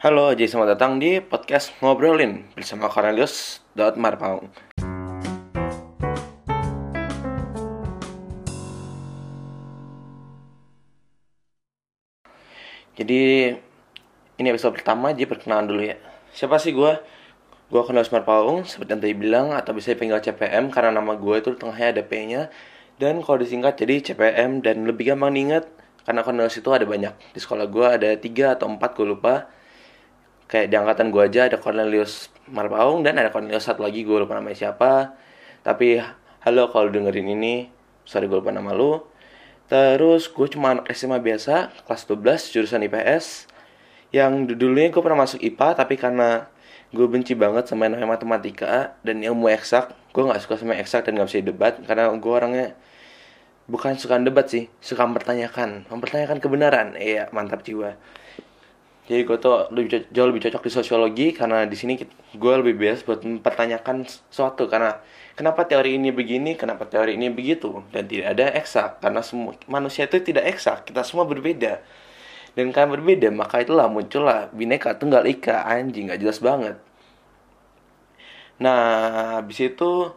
Halo, jadi selamat datang di podcast Ngobrolin bersama Cornelius Marpaung. Jadi ini episode pertama, jadi perkenalan dulu ya. Siapa sih gue? Gue Cornelius Marpaung, seperti yang tadi bilang, atau bisa dipanggil CPM karena nama gue itu di tengahnya ada P-nya. Dan kalau disingkat jadi CPM, dan lebih gampang diingat karena Cornelius itu ada banyak. Di sekolah gue ada 3 atau 4, gue lupa. Kayak di angkatan gue aja ada Cornelius Marpaung dan ada Cornelius satu lagi, gue lupa namanya siapa. Tapi halo kalau dengerin ini, sorry gue lupa nama lu. Terus gue cuma anak SMA biasa, kelas 12, jurusan IPS. Yang dulunya gue pernah masuk IPA, tapi karena gue benci banget sama yang namanya matematika dan ilmu eksak, gue gak suka sama eksak dan gak bisa debat. Karena gue orangnya bukan suka debat sih, suka mempertanyakan kebenaran. Iya, mantap jiwa. Jadi gue tuh jauh lebih cocok di sosiologi karena di sini gue lebih bebas buat mempertanyakan sesuatu, karena kenapa teori ini begini, kenapa teori ini begitu, dan tidak ada eksak karena semua manusia itu tidak eksak, kita semua berbeda. Dan karena berbeda maka itulah muncullah Bhinneka Tunggal Ika, anjing gak jelas banget. Nah, habis itu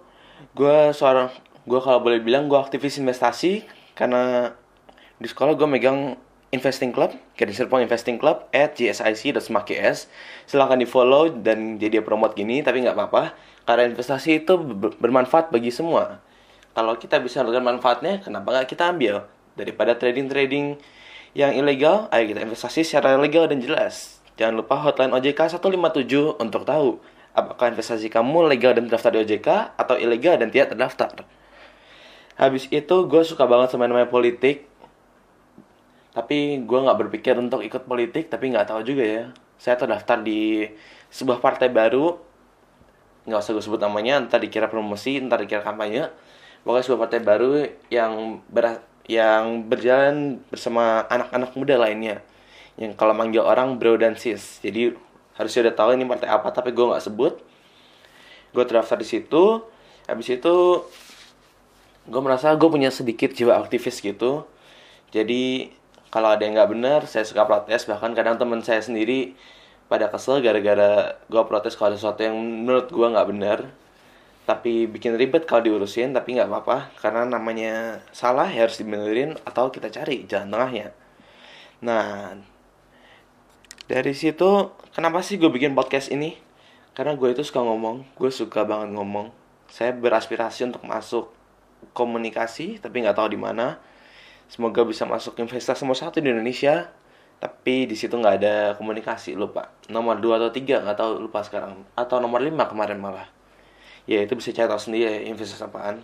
gue kalau boleh bilang gue aktivis investasi karena di sekolah gue megang Investing Club, Gading Serpong Investing Club @gsic.smakis. Silahkan di follow dan jadi promote gini, tapi nggak apa-apa karena investasi itu bermanfaat bagi semua. Kalau kita bisa mendapatkan manfaatnya, kenapa nggak kita ambil? Daripada trading yang ilegal, ayo kita investasi secara legal dan jelas. Jangan lupa hotline OJK 157 untuk tahu apakah investasi kamu legal dan terdaftar di OJK atau ilegal dan tidak terdaftar. Habis itu gue suka banget sama namanya politik. Tapi gue gak berpikir untuk ikut politik, tapi gak tahu juga ya. Saya terdaftar di sebuah partai baru, gak usah gue sebut namanya, entar dikira promosi, entar dikira kampanye. Pokoknya sebuah partai baru yang berjalan bersama anak-anak muda lainnya, yang kalau manggil orang bro dan sis. Jadi harusnya udah tahu ini partai apa, tapi gue gak sebut. Gue terdaftar di situ. Habis itu gue merasa gue punya sedikit jiwa aktivis gitu. Jadi kalau ada yang nggak benar, saya suka protes. Bahkan kadang teman saya sendiri pada kesel gara-gara gue protes kalau ada sesuatu yang menurut gue nggak benar. Tapi bikin ribet kalau diurusin, tapi nggak apa-apa. Karena namanya salah ya harus dibenerin atau kita cari jalan tengahnya. Nah, dari situ kenapa sih gue bikin podcast ini? Karena gue itu suka ngomong, gue suka banget ngomong. Saya beraspirasi untuk masuk komunikasi, tapi nggak tahu di mana. Semoga bisa masuk investasi nomor 1 di Indonesia. Tapi di situ nggak ada komunikasi, lupa. Nomor 2 atau 3 nggak tahu, lupa sekarang. Atau nomor 5 kemarin malah. Ya itu bisa cari tahu sendiri ya, investasi apaan.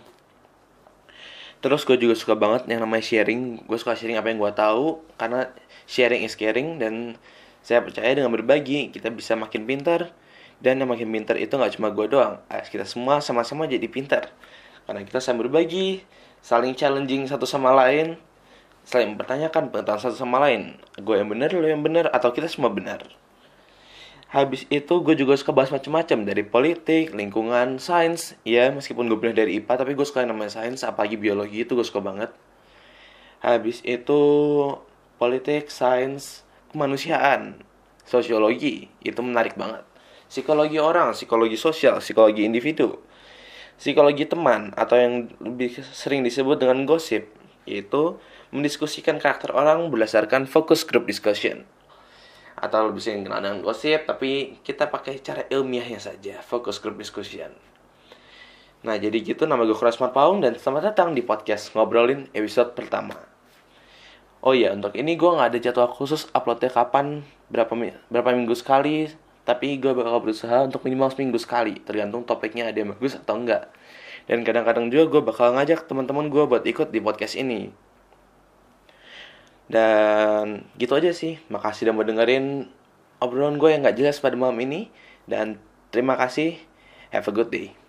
Terus gue juga suka banget yang namanya sharing. Gue suka sharing apa yang gue tahu karena sharing is caring, dan saya percaya dengan berbagi kita bisa makin pintar. Dan yang makin pintar itu nggak cuma gue doang. Kita semua sama-sama jadi pintar. Karena kita saling berbagi, saling challenging satu sama lain, saling mempertanyakan pengetahuan satu sama lain. Gue yang benar, lo yang benar, atau kita semua benar. Habis itu gue juga suka bahas macam-macam, dari politik, lingkungan, sains. Ya meskipun gue belajar dari IPA, tapi gue suka yang namanya sains, apalagi biologi itu gue suka banget. Habis itu politik, sains, kemanusiaan, sosiologi, itu menarik banget. Psikologi orang, psikologi sosial, psikologi individu, psikologi teman, atau yang lebih sering disebut dengan gosip, yaitu mendiskusikan karakter orang berdasarkan focus group discussion. Atau lebih sering kenal dengan gosip, tapi kita pakai cara ilmiahnya saja, focus group discussion. Nah, jadi gitu, nama gue Cornelius Marpaung, dan selamat datang di podcast Ngobrolin episode pertama. Oh iya, untuk ini gue gak ada jadwal khusus uploadnya kapan, berapa minggu sekali, tapi gue bakal berusaha untuk minimal seminggu sekali, tergantung topiknya ada yang bagus atau enggak. Dan kadang-kadang juga gue bakal ngajak teman-teman gue buat ikut di podcast ini. Dan gitu aja sih. Makasih udah mau dengerin obrolan gue yang gak jelas pada malam ini. Dan terima kasih. Have a good day.